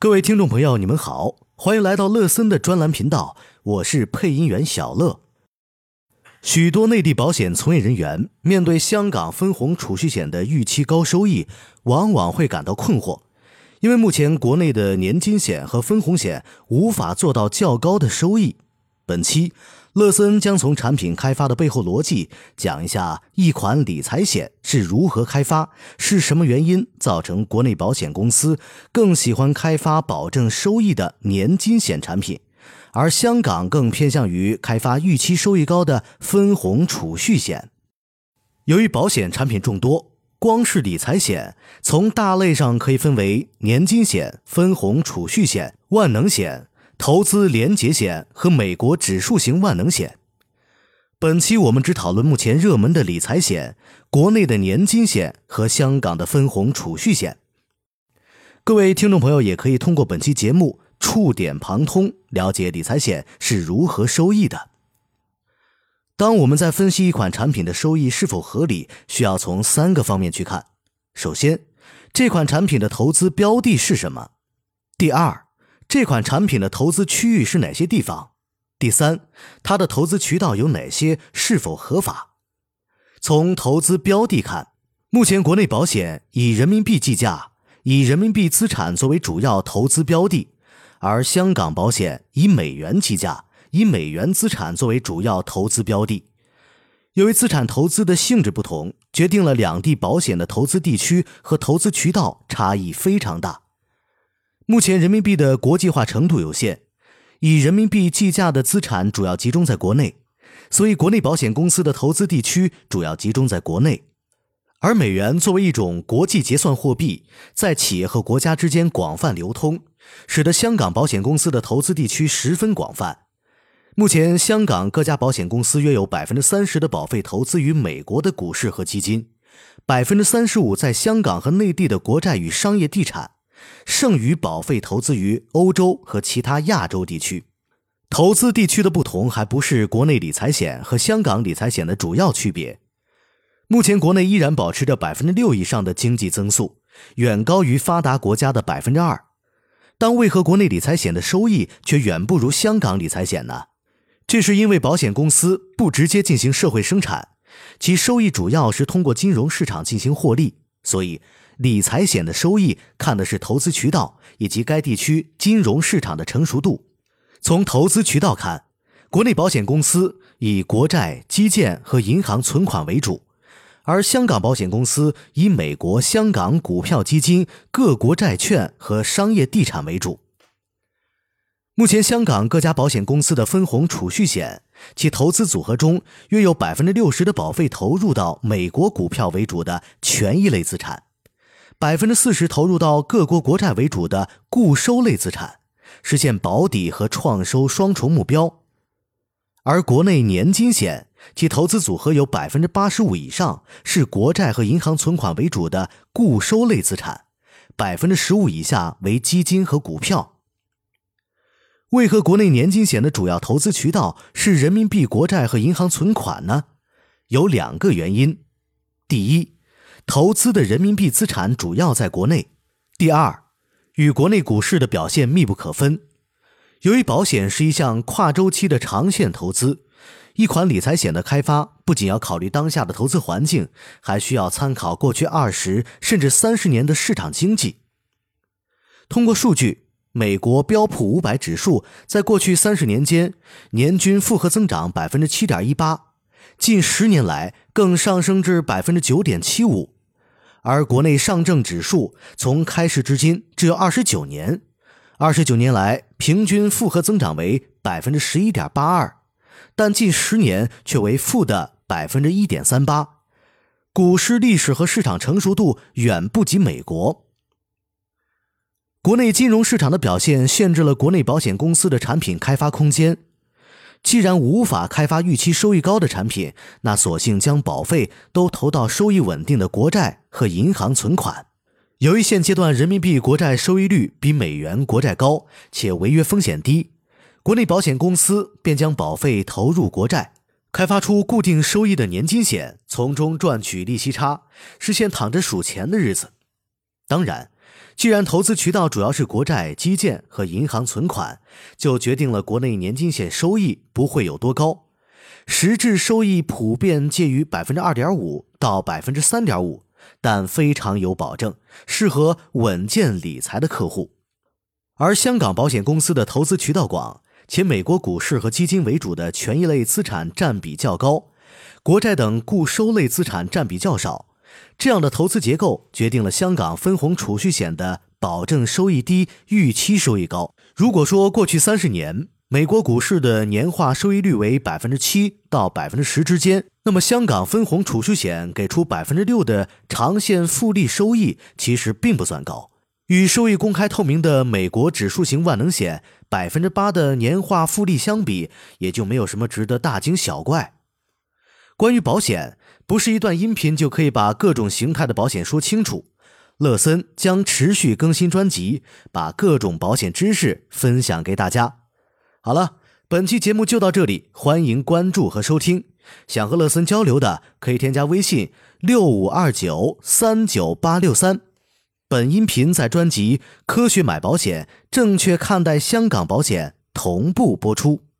各位听众朋友，你们好，欢迎来到乐森的专栏频道，我是配音员小乐。许多内地保险从业人员面对香港分红储蓄险的预期高收益，往往会感到困惑，因为目前国内的年金险和分红险无法做到较高的收益。本期乐森将从产品开发的背后逻辑讲一下一款理财险是如何开发，是什么原因造成国内保险公司更喜欢开发保证收益的年金险产品，而香港更偏向于开发预期收益高的分红储蓄险。由于保险产品众多，光是理财险从大类上可以分为年金险、分红储蓄险、万能险、投资连结险和美国指数型万能险。本期我们只讨论目前热门的理财险、国内的年金险和香港的分红储蓄险。各位听众朋友也可以通过本期节目触点旁通，了解理财险是如何收益的。当我们在分析一款产品的收益是否合理，需要从3个方面去看。首先，这款产品的投资标的是什么？第二，这款产品的投资区域是哪些地方？第三，它的投资渠道有哪些，是否合法？从投资标的看，目前国内保险以人民币计价，以人民币资产作为主要投资标的，而香港保险以美元计价，以美元资产作为主要投资标的。由于资产投资的性质不同，决定了两地保险的投资地区和投资渠道差异非常大。目前人民币的国际化程度有限，以人民币计价的资产主要集中在国内，所以国内保险公司的投资地区主要集中在国内。而美元作为一种国际结算货币，在企业和国家之间广泛流通，使得香港保险公司的投资地区十分广泛。目前香港各家保险公司约有 30% 的保费投资于美国的股市和基金， 35% 在香港和内地的国债与商业地产，剩余保费投资于欧洲和其他亚洲地区。投资地区的不同还不是国内理财险和香港理财险的主要区别。目前国内依然保持着 6% 以上的经济增速，远高于发达国家的 2%。 但为何国内理财险的收益却远不如香港理财险呢？这是因为保险公司不直接进行社会生产，其收益主要是通过金融市场进行获利，所以理财险的收益看的是投资渠道以及该地区金融市场的成熟度。从投资渠道看，国内保险公司以国债、基建和银行存款为主，而香港保险公司以美国、香港股票基金、各国债券和商业地产为主。目前香港各家保险公司的分红储蓄险，其投资组合中约有 60% 的保费投入到美国股票为主的权益类资产， 40% 投入到各国国债为主的固收类资产，实现保底和创收双重目标。而国内年金险，其投资组合有 85% 以上是国债和银行存款为主的固收类资产， 15% 以下为基金和股票。为何国内年金险的主要投资渠道是人民币国债和银行存款呢？有2个原因。第一，投资的人民币资产主要在国内。第二，与国内股市的表现密不可分。由于保险是一项跨周期的长线投资，一款理财险的开发不仅要考虑当下的投资环境，还需要参考过去20甚至30年的市场经济。通过数据，美国标普500指数在过去30年间年均复合增长 7.18%， 近10年来更上升至 9.75%， 而国内上证指数从开市至今只有29年，29年来平均复合增长为 11.82%， 但近10年却为负的 1.38%， 股市历史和市场成熟度远不及美国。国内金融市场的表现限制了国内保险公司的产品开发空间。既然无法开发预期收益高的产品，那索性将保费都投到收益稳定的国债和银行存款。由于现阶段人民币国债收益率比美元国债高，且违约风险低，国内保险公司便将保费投入国债，开发出固定收益的年金险，从中赚取利息差，实现躺着数钱的日子。当然， 既然投资渠道主要是国债、基建和银行存款，就决定了国内年金险收益不会有多高，实质收益普遍介于 2.5% 到 3.5%， 但非常有保证，适合稳健理财的客户。而香港保险公司的投资渠道广，且美国股市和基金为主的权益类资产占比较高，国债等固收类资产占比较少，这样的投资结构决定了香港分红储蓄险的保证收益低，预期收益高。如果说过去30年美国股市的年化收益率为 7% 到 10% 之间，那么香港分红储蓄险给出 6% 的长线复利收益其实并不算高，与收益公开透明的美国指数型万能险 8% 的年化复利相比，也就没有什么值得大惊小怪。关于保险，不是一段音频就可以把各种形态的保险说清楚，乐森将持续更新专辑，把各种保险知识分享给大家。好了，本期节目就到这里，欢迎关注和收听。想和乐森交流的可以添加微信6529398863。本音频在专辑《科学买保险，正确看待香港保险》同步播出。